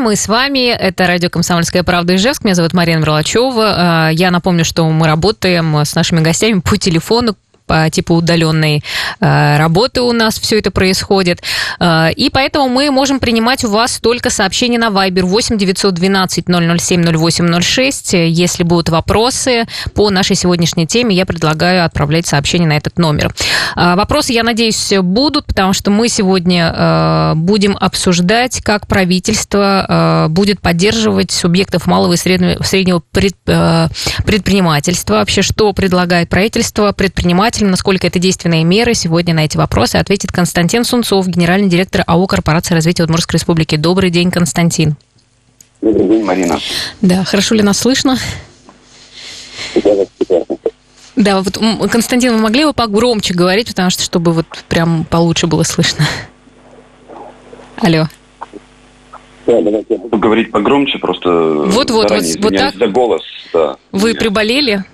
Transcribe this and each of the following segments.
мы с вами. Это радио «Комсомольская правда» Ижевск. Меня зовут Марина Мерлачева. Я напомню, что мы работаем с нашими гостями по телефону, по типу удаленной работы у нас все это происходит. И поэтому мы можем принимать у вас только сообщения на Viber 8 912 007 0806. Если будут вопросы по нашей сегодняшней теме, я предлагаю отправлять сообщения на этот номер. Вопросы, я надеюсь, будут, потому что мы сегодня будем обсуждать, как правительство будет поддерживать субъектов малого и среднего предпринимательства. Вообще, что предлагает правительство предпринимателям, насколько это действенные меры. Сегодня на эти вопросы ответит Константин Сунцов, генеральный директор АО «Корпорация развития Удмуртской республики». Добрый день, Константин. Добрый день, Марина. Да, хорошо ли нас слышно? Да, вот, Константин, вы могли бы погромче говорить, потому что, чтобы вот прям получше было слышно. Алло. Да, давайте я буду говорить погромче, просто вот так. За голос. Да. Вы приболели?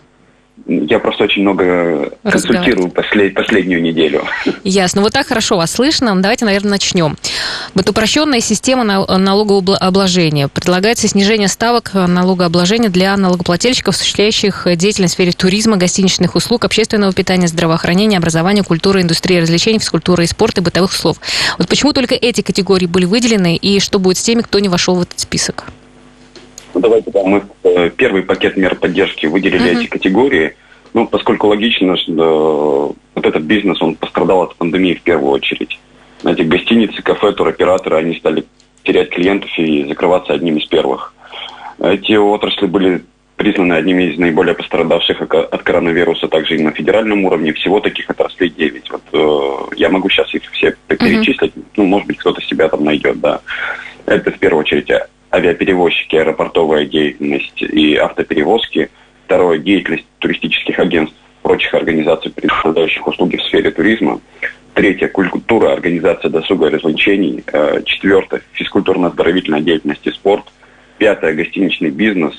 Я просто очень много консультирую последнюю неделю. Ясно. Вот так хорошо вас слышно. Давайте, наверное, начнем. Вот упрощенная система налогообложения. Предлагается снижение ставок налогообложения для налогоплательщиков, осуществляющих деятельность в сфере туризма, гостиничных услуг, общественного питания, здравоохранения, образования, культуры, индустрии развлечений, физкультуры и спорта и бытовых услуг. Вот почему только эти категории были выделены, и что будет с теми, кто не вошел в этот список? Давайте, мы в первый пакет мер поддержки выделили эти категории, поскольку логично, что вот этот бизнес, он пострадал от пандемии в первую очередь. Знаете, гостиницы, кафе, туроператоры, они стали терять клиентов и закрываться одним из первых. Эти отрасли были признаны одними из наиболее пострадавших от коронавируса, также и на федеральном уровне. Всего таких отраслей 9. Вот, я могу сейчас их все перечислить, может быть, кто-то себя там найдет, да. Это в первую очередь авиаперевозчики, аэропортовая деятельность и автоперевозки. Второе – деятельность туристических агентств, прочих организаций, предоставляющих услуги в сфере туризма. Третье – культура, организация досуга и развлечений. Четвертое – физкультурно-оздоровительная деятельность и спорт. Пятое – гостиничный бизнес.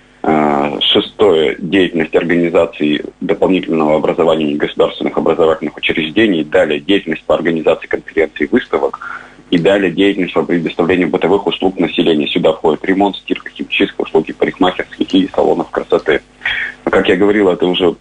Шестое – деятельность организаций дополнительного образования и государственных образовательных учреждений. Далее – деятельность по организации конференций и выставок. И далее деятельность по предоставлению бытовых услуг населению. Сюда входит ремонт, стирка, химчистка, услуги парикмахерских и салонов красоты. Как я говорил, это уже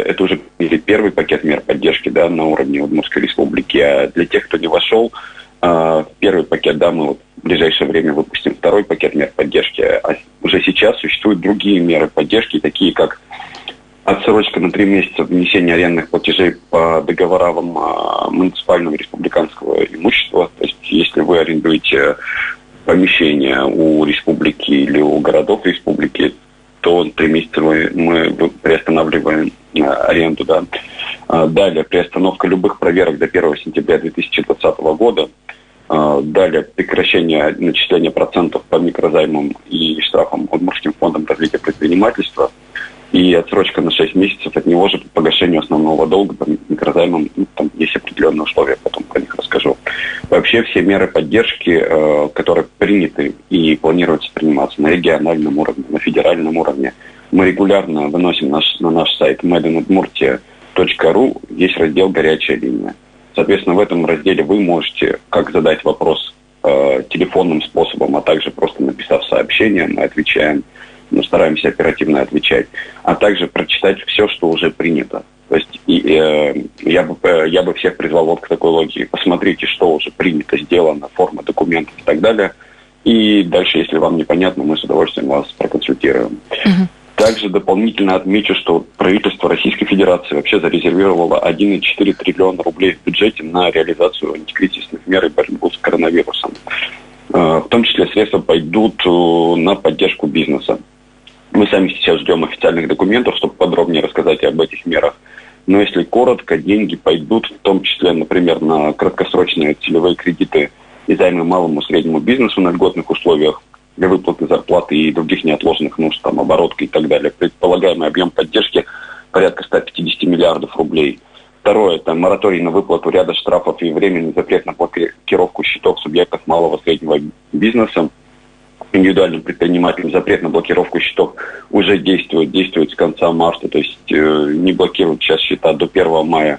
первый пакет мер поддержки, да, на уровне Удмуртской республики. А для тех, кто не вошел в первый пакет, да, мы в ближайшее время выпустим второй пакет мер поддержки. А уже сейчас существуют другие меры поддержки, такие как отсрочка на 3 месяца внесения арендных платежей по договорам муниципального и республиканского имущества. То есть, если вы арендуете помещение у республики или у городов республики, то 3 месяца мы приостанавливаем аренду. Да. Далее, приостановка любых проверок до 1 сентября 2020 года. Далее, прекращение начисления процентов по микрозаймам и штрафам Удмуртским фондом развития предпринимательства. И отсрочка на 6 месяцев от него же по погашению основного долга по микрозаймам. Там есть определенные условия, потом про них расскажу. Вообще все меры поддержки, которые приняты и планируются приниматься на региональном уровне, на федеральном уровне, мы регулярно выносим на наш сайт madeinudmurtia.ru, есть раздел «Горячая линия». Соответственно, в этом разделе вы можете как задать вопрос телефонным способом, а также просто написав сообщение, мы отвечаем. Мы стараемся оперативно отвечать, а также прочитать все, что уже принято. То есть я бы всех призвал вот к такой логике. Посмотрите, что уже принято, сделано, форма документов и так далее. И дальше, если вам непонятно, мы с удовольствием вас проконсультируем. Также дополнительно отмечу, что правительство Российской Федерации вообще зарезервировало 1,4 триллиона рублей в бюджете на реализацию антикризисных мер и борьбу с коронавирусом. В том числе средства пойдут на поддержку бизнеса. Мы сами сейчас ждем официальных документов, чтобы подробнее рассказать об этих мерах. Но если коротко, деньги пойдут в том числе, например, на краткосрочные целевые кредиты и займы малому и среднему бизнесу на льготных условиях для выплаты зарплаты и других неотложных нужд, там, оборотка и так далее. Предполагаемый объем поддержки порядка 150 миллиардов рублей. Второе – это мораторий на выплату ряда штрафов и временный запрет на блокировку счетов субъектов малого и среднего бизнеса. Индивидуальным предпринимателям запрет на блокировку счетов уже действует с конца марта, то есть не блокируют сейчас счета до 1 мая,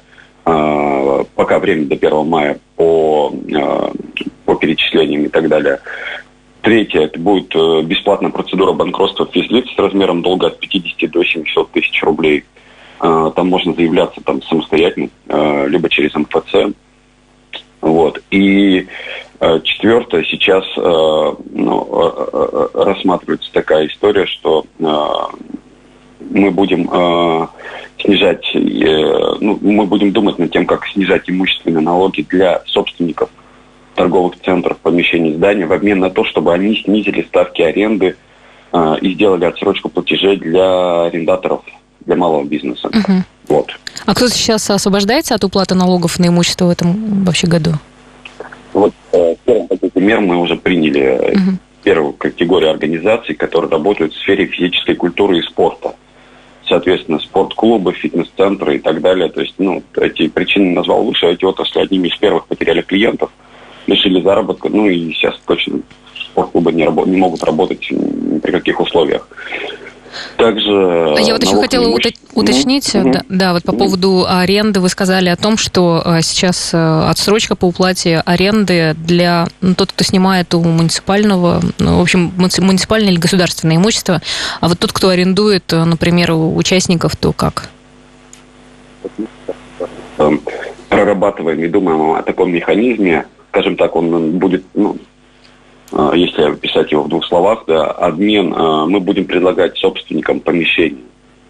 пока время до 1 мая по перечислениям и так далее. Третье, это будет бесплатная процедура банкротства физлиц с размером долга от 50 до 700 тысяч рублей. Там можно заявляться там самостоятельно, либо через МФЦ. Вот. И четвертое, сейчас рассматривается такая история, что мы будем снижать, мы будем думать над тем, как снижать имущественные налоги для собственников торговых центров, помещений, зданий, в обмен на то, чтобы они снизили ставки аренды и сделали отсрочку платежей для арендаторов, для малого бизнеса. Угу. Вот. А кто сейчас освобождается от уплаты налогов на имущество в этом вообще году? Вот в первом пакете мер мы уже приняли первую категорию организаций, которые работают в сфере физической культуры и спорта. Соответственно, спортклубы, фитнес-центры и так далее. То есть, эти причины назвал выше, эти отрасли одними из первых потеряли клиентов, лишили заработка, и сейчас точно спортклубы не могут работать ни при каких условиях. Также я вот еще хотела уточнить, вот по поводу аренды. Вы сказали о том, что сейчас отсрочка по уплате аренды для тот, кто снимает у муниципального, муниципальное или государственное имущество, а вот тот, кто арендует, например, у участников, то как? Прорабатываем и думаем о таком механизме, скажем так, он будет, если описать его в двух словах, обмен, мы будем предлагать собственникам помещений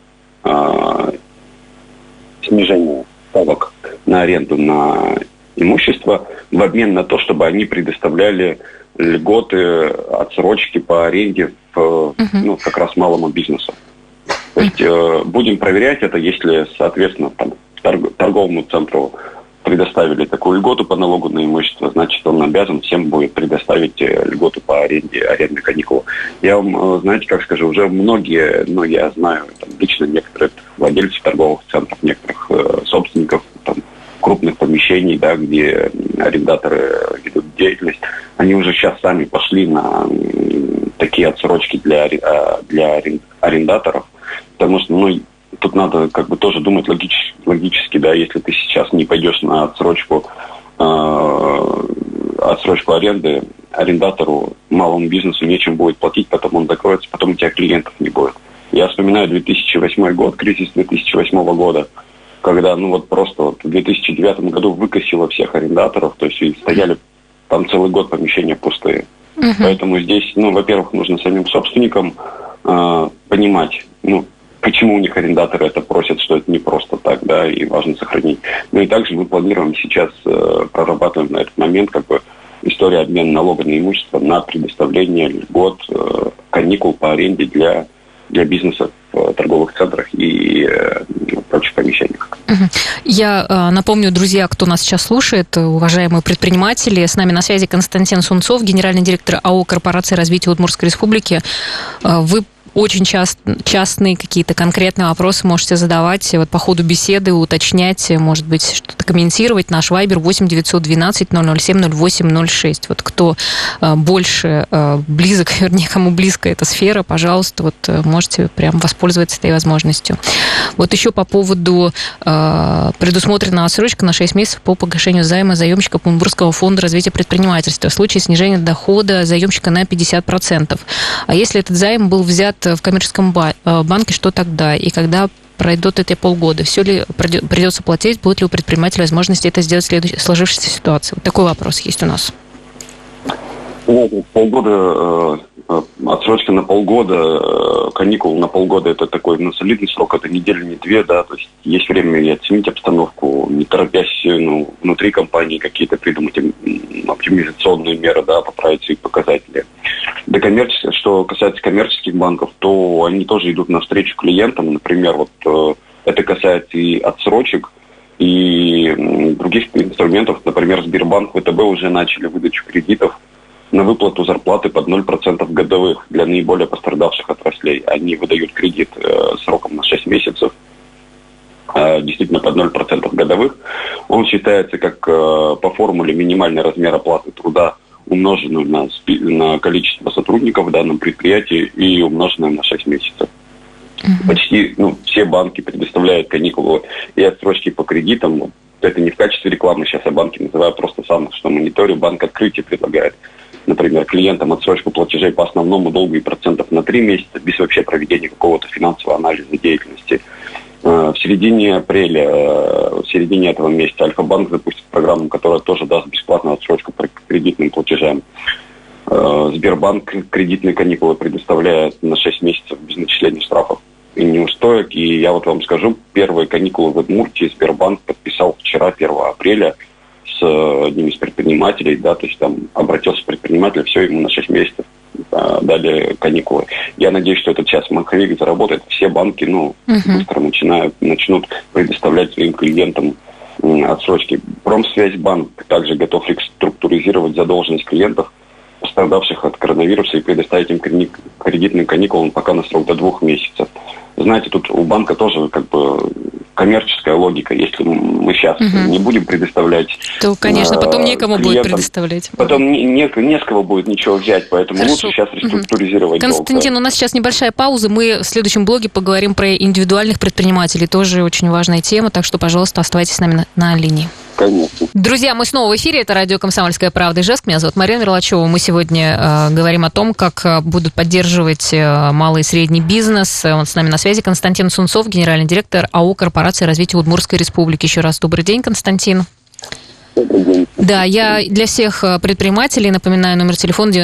снижение ставок на аренду на имущество в обмен на то, чтобы они предоставляли льготы, отсрочки по аренде как раз малому бизнесу. То есть будем проверять это, если, соответственно, торговому центру предоставили такую льготу по налогу на имущество, значит, он обязан всем будет предоставить льготу по арендной каникулы. Я вам, знаете, как скажу, уже многие, я знаю, лично некоторых владельцев торговых центров, некоторых собственников крупных помещений, где арендаторы ведут деятельность, они уже сейчас сами пошли на такие отсрочки для арендаторов, потому что, тут надо тоже думать логически, если ты сейчас не пойдешь на отсрочку аренды, арендатору, малому бизнесу нечем будет платить, потом он закроется, потом у тебя клиентов не будет. Я вспоминаю 2008 год, кризис 2008 года, когда просто в 2009 году выкосило всех арендаторов, то есть и стояли там целый год помещения пустые. Поэтому здесь, во-первых, нужно самим собственникам понимать, почему у них арендаторы это просят, что это не просто так, и важно сохранить. И также мы планируем сейчас, прорабатываем на этот момент, история обмена налога на имущество на предоставление льгот, каникул по аренде для бизнеса в торговых центрах и прочих помещениях. Я напомню, друзья, кто нас сейчас слушает, уважаемые предприниматели, с нами на связи Константин Сунцов, генеральный директор АО «Корпорация развития Удмуртской республики». Вы очень частные какие-то конкретные вопросы можете задавать по ходу беседы, уточнять, может быть, что-то комментировать. Наш вайбер 8-912-007-08-06. Кто больше близок, кому близка эта сфера, пожалуйста, можете прям воспользоваться этой возможностью. Еще по поводу предусмотрена отсрочка на 6 месяцев по погашению займа заемщика Оренбургского фонда развития предпринимательства в случае снижения дохода заемщика на 50%. А если этот займ был взят в коммерческом банке, что тогда? И когда пройдут эти полгода? Все ли придется платить? Будет ли у предпринимателя возможность это сделать в сложившейся ситуации? Такой вопрос есть у нас. Полгода, отсрочка на полгода, каникул на полгода, это такой солидный срок, это неделя, не две, то есть есть время и оценить обстановку, не торопясь внутри компании какие-то придумать оптимизационные меры, поправить свои показатели. Что касается коммерческих банков, то они тоже идут навстречу клиентам, например, это касается и отсрочек, и других инструментов, например, Сбербанк, ВТБ уже начали выдачу кредитов на выплату зарплаты под 0% годовых для наиболее пострадавших отраслей. Они выдают кредит сроком на 6 месяцев, действительно под 0% годовых. Он считается как по формуле минимальный размер оплаты труда, умноженную на количество сотрудников в данном предприятии и умноженную на 6 месяцев. Почти все банки предоставляют каникулы и отсрочки по кредитам. Это не в качестве рекламы сейчас, банки называют просто сам, что мониторю, банк открытие предлагает. например, клиентам отсрочку платежей по основному долгу и процентов на 3 месяца без вообще проведения какого-то финансового анализа деятельности. В середине апреля, в середине этого месяца Альфа-банк запустит программу, которая тоже даст бесплатную отсрочку по кредитным платежам. Сбербанк кредитные каникулы предоставляет на 6 месяцев без начисления штрафов и неустоек. И я вот вам скажу, первые каникулы в Удмуртии Сбербанк подписал вчера, 1 апреля, с одним из предпринимателей, да, то есть там обратился предприниматель, все, ему на 6 месяцев дали каникулы. Я надеюсь, что этот час маховик заработает. Все банки, быстро начнут предоставлять своим клиентам отсрочки. Промсвязьбанк также готов реструктуризировать задолженность клиентов, пострадавших от коронавируса, и предоставить им кредитным каникулам пока на срок до 2 месяцев. Знаете, тут у банка тоже коммерческая логика. Если мы сейчас не будем предоставлять... То, конечно, потом некому будет предоставлять. Потом не с кого будет ничего взять, поэтому лучше сейчас реструктуризировать долг. Константин, у нас сейчас небольшая пауза. Мы в следующем блоге поговорим про индивидуальных предпринимателей. Тоже очень важная тема, так что, пожалуйста, оставайтесь с нами на линии. Конечно. Друзья, мы снова в эфире. Это радио «Комсомольская правда» Ижевск. Меня зовут Марина Мерлачева. Мы сегодня говорим о том, как будут поддерживать малый и средний бизнес. Он с нами на связи. Константин Сунцов, генеральный директор АО «Корпорация развития Удмуртской республики». Еще раз добрый день, Константин. Да, я для всех предпринимателей напоминаю номер телефона,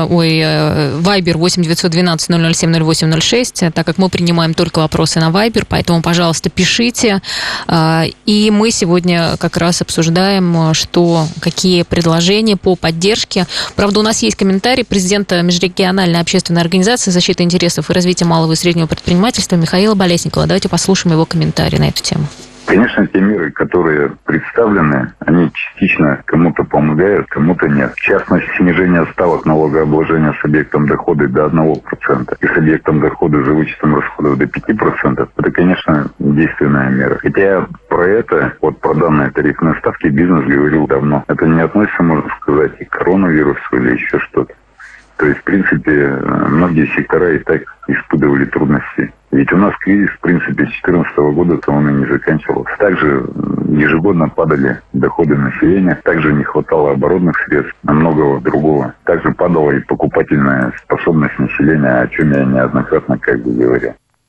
Viber 8 912 007 08 06, так как мы принимаем только вопросы на Viber, поэтому, пожалуйста, пишите. И мы сегодня как раз обсуждаем, какие предложения по поддержке. Правда, у нас есть комментарий президента Межрегиональной общественной организации защиты интересов и развития малого и среднего предпринимательства Михаила Болесникова. Давайте послушаем его комментарий на эту тему. Конечно, те меры, которые представлены, они частично кому-то помогают, кому-то нет. В частности, снижение ставок налогообложения с объектом дохода до 1% и с объектом дохода за вычетом расходов до 5%, это, конечно, действенная мера. Хотя я про данные тарифные ставки бизнес говорил давно. Это не относится, можно сказать, и к коронавирусу или еще что-то. То есть, в принципе, многие сектора и так испытывали трудности. Ведь у нас кризис, в принципе, с 2014 года-то он и не заканчивался. Также ежегодно падали доходы населения, также не хватало оборотных средств, многого другого. Также падала и покупательная способность населения, о чем я неоднократно говорил.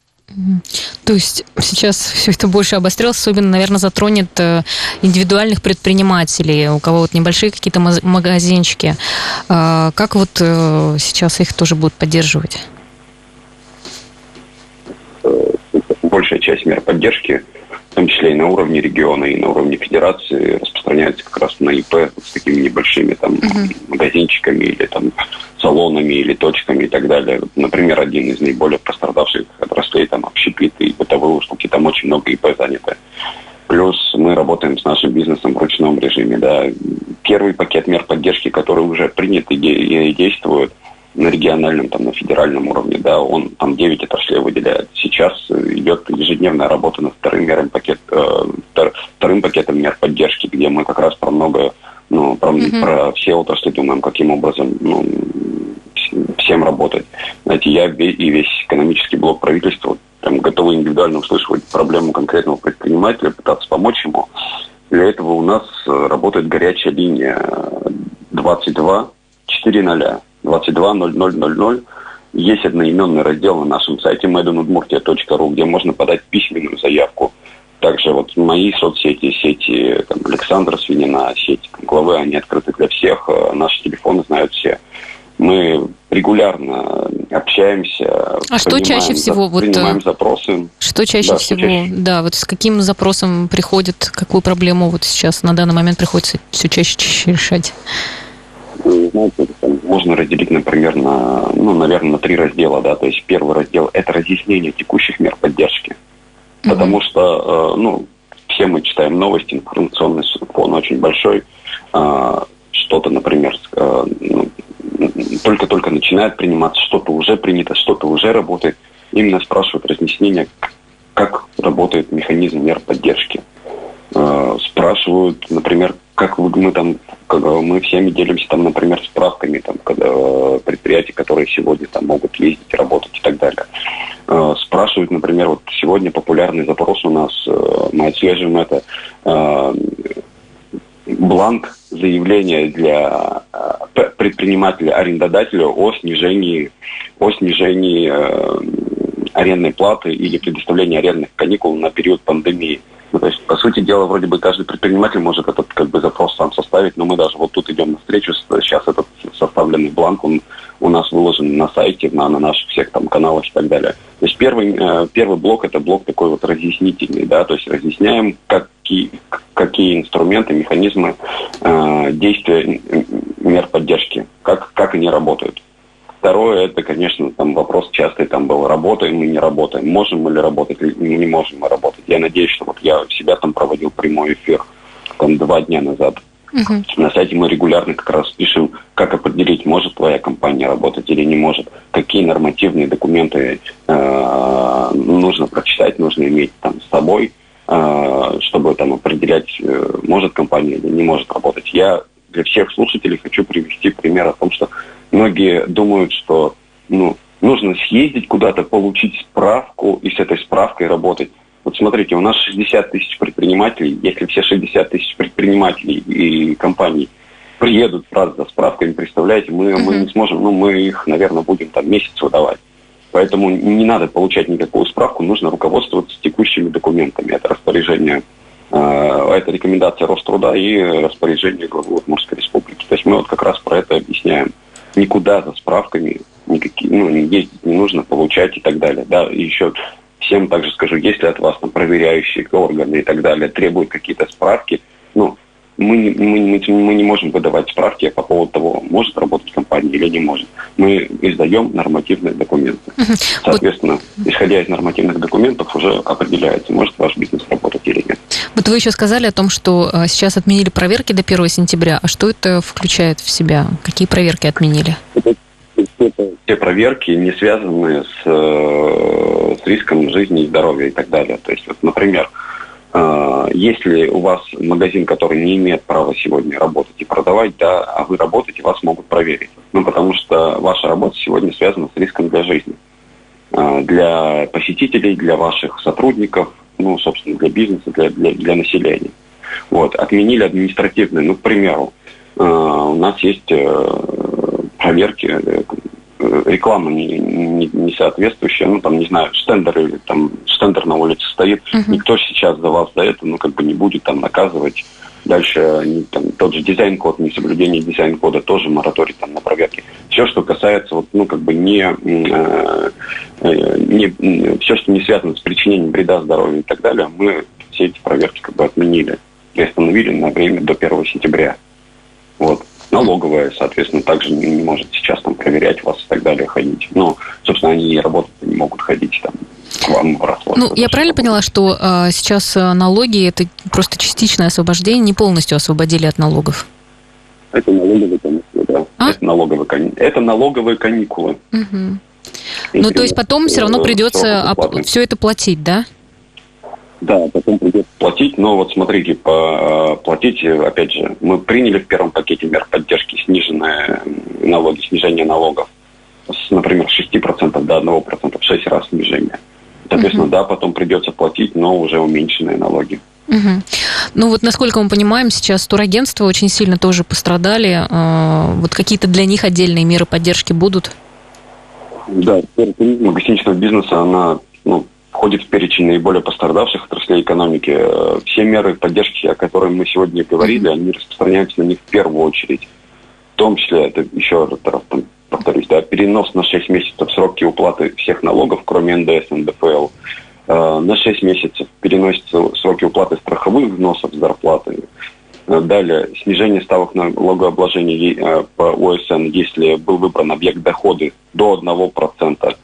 То есть сейчас все это больше обострилось, особенно, наверное, затронет индивидуальных предпринимателей, у кого небольшие какие-то магазинчики. Как сейчас их тоже будут поддерживать? Большая часть мер поддержки, в том числе и на уровне региона, и на уровне федерации, распространяется как раз на ИП с такими небольшими магазинчиками или салонами или точками и так далее. Например, один из наиболее пострадавших отраслей, общепиты и бытовые услуги, там очень много ИП занято. Плюс мы работаем с нашим бизнесом в ручном режиме. Да. Первый пакет мер поддержки, который уже принят и действует на региональном, на федеральном уровне, да, он 9 отраслей выделяет. Сейчас идет ежедневная работа над вторым пакетом мер поддержки, где мы как раз про многое, про все отрасли думаем, каким образом всем работать. Знаете, я и весь экономический блок правительства готовы индивидуально услышать проблему конкретного предпринимателя, пытаться помочь ему. Для этого у нас работает горячая линия 22 400. 22 0000. Есть одноименный раздел на нашем сайте madeonudmurtia.ru, где можно подать письменную заявку. Также мои соцсети, сети Александра Свинина, сеть главы, они открыты для всех. Наши телефоны знают все. Мы регулярно общаемся. А что чаще всего? Принимаем запросы. Что чаще всего? Да, с каким запросом приходит, какую проблему сейчас на данный момент приходится все чаще решать? Знаете, можно разделить, например, на 3 раздела, да, то есть первый раздел – это разъяснение текущих мер поддержки, потому что, все мы читаем новости, информационный фон очень большой, что-то, например, только-только начинает приниматься, что-то уже принято, что-то уже работает, именно спрашивают разъяснение, как работает механизм мер поддержки, спрашивают, например, как мы всеми делимся, например, справками, предприятий, которые сегодня могут ездить, работать и так далее. Спрашивают, например, сегодня популярный запрос у нас, мы отслеживаем это, бланк заявление для предпринимателя-арендодателя о снижении арендной платы или предоставлении арендных каникул на период пандемии. Ну, то есть, по сути дела, вроде бы каждый предприниматель может этот запрос сам составить, но мы даже вот тут идем навстречу. Сейчас этот составленный бланк, он у нас выложен на сайте, на наших всех там каналах и так далее. То есть первый блок – это блок такой вот разъяснительный, да, то есть разъясняем, какие инструменты, механизмы действия мер поддержки, как они работают. Второе, это, конечно, там вопрос частый там был, работаем мы, не работаем, можем мы ли работать, или не можем мы работать. Я надеюсь, что вот я у себя там проводил прямой эфир там 2 дня назад. На сайте мы регулярно как раз пишем, как определить, может твоя компания работать или не может, какие нормативные документы нужно прочитать, нужно иметь там с собой, чтобы там определять, может компания или не может работать. Я для всех слушателей хочу привести пример о том, что многие думают, что нужно съездить куда-то, получить справку и с этой справкой работать. Вот смотрите, у нас 60 тысяч предпринимателей. Если все 60 тысяч предпринимателей и компаний приедут сразу за справками, представляете, мы не сможем, мы их, наверное, будем там месяц выдавать. Поэтому не надо получать никакую справку, нужно руководствоваться текущими документами. Это распоряжение, это рекомендация Роструда и распоряжение главы Удмуртской республики. То есть мы вот как раз про это объясняем. Никуда за справками ездить не нужно, получать и так далее. Да, и еще всем также скажу, если от вас там проверяющие органы и так далее требуют какие-то справки, мы не можем выдавать справки по поводу того, может работать компания или не может. Мы издаем нормативные документы. Соответственно, исходя из нормативных документов, уже определяется, может ваш бизнес работать или нет. Вот вы еще сказали о том, что сейчас отменили проверки до 1 сентября. А что это включает в себя? Какие проверки отменили? Это те проверки, не связанные с риском жизни и здоровья и так далее. То есть, вот, например, если у вас магазин, который не имеет права сегодня работать и продавать, да, а вы работаете, вас могут проверить. Потому что ваша работа сегодня связана с риском для жизни. Для посетителей, для ваших сотрудников, собственно, для бизнеса, для населения. Вот. Отменили административные. К примеру, у нас есть проверки, реклама не соответствующая, штендер на улице стоит, никто сейчас за вас за это, не будет там наказывать. Дальше тот же дизайн-код, несоблюдение дизайн-кода, тоже мораторий там на проверки. Все, что касается все, что не связано с причинением вреда здоровью и так далее, мы все эти проверки отменили и остановили на время до 1 сентября. Вот. Налоговая, соответственно, также не может сейчас там проверять вас и так далее, ходить. Собственно, они и работать не могут ходить там к вам в расход. Я правильно поняла, что сейчас налоги – это просто частичное освобождение, не полностью освободили от налогов? Это налоговые каникулы, да. Это налоговые каникулы. Угу. То есть потом все равно придется все это платить, да? Да, потом придется платить, но вот смотрите, платить, опять же, мы приняли в первом пакете мер поддержки снижение налогов, например, с 6% до 1%, в 6 раз снижение. Соответственно, да, потом придется платить, но уже уменьшенные налоги. Вот насколько мы понимаем, сейчас турагентства очень сильно тоже пострадали. Вот какие-то для них отдельные меры поддержки будут? Да, сфера туризма, гостиничного бизнеса, она, входит в перечень наиболее пострадавших отраслей экономики. Все меры поддержки, о которых мы сегодня говорили, они распространяются на них в первую очередь. В том числе, это еще раз повторюсь, перенос на 6 месяцев сроки уплаты всех налогов, кроме НДС, НДФЛ. На 6 месяцев переносятся сроки уплаты страховых взносов, зарплаты. Далее, снижение ставок налогообложения по ОСН, если был выбран объект дохода до 1%,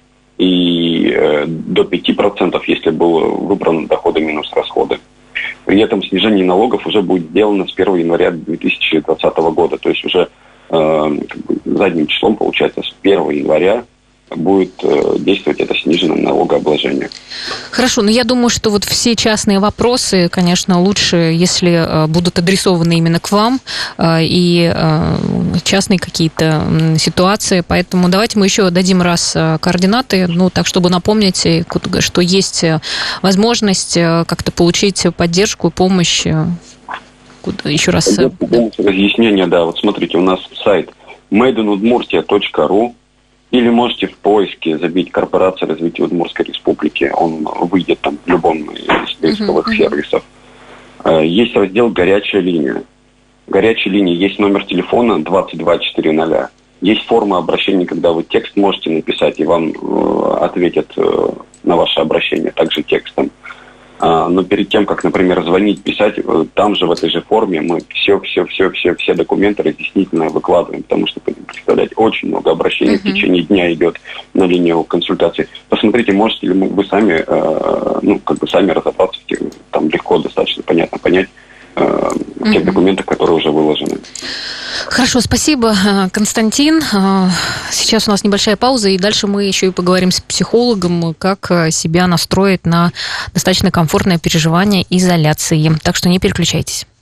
и до 5%, если был выбран доходы минус расходы. При этом снижение налогов уже будет сделано с 1 января 2020 года. То есть уже задним числом, получается, с 1 января будет действовать это сниженное налогообложение. Хорошо, но я думаю, что вот все частные вопросы, конечно, лучше, если будут адресованы именно к вам и частные какие-то ситуации. Поэтому давайте мы еще дадим раз координаты, так чтобы напомнить, что есть возможность как-то получить поддержку и помощь. еще раз... Разъяснение, да. Вот смотрите, у нас сайт madeinudmurtia.ru, или можете в поиске забить «Корпорация развития Удмуртской Республики». Он выйдет там в любом из поисковых сервисов. Есть раздел «Горячая линия». В горячей линии есть номер телефона 2240. Есть форма обращения, когда вы текст можете написать, и вам ответят на ваше обращение также текстом. Но перед тем, как, например, звонить, писать, там же в этой же форме мы все документы разъяснительно выкладываем, потому что, представляете, очень много обращений в течение дня идет на линию консультаций. Посмотрите, можете ли вы сами, сами разобраться, там легко достаточно понятно понять в тех документах, которые уже выложены. Хорошо, спасибо, Константин. Сейчас у нас небольшая пауза, и дальше мы еще и поговорим с психологом, как себя настроить на достаточно комфортное переживание изоляции. Так что не переключайтесь.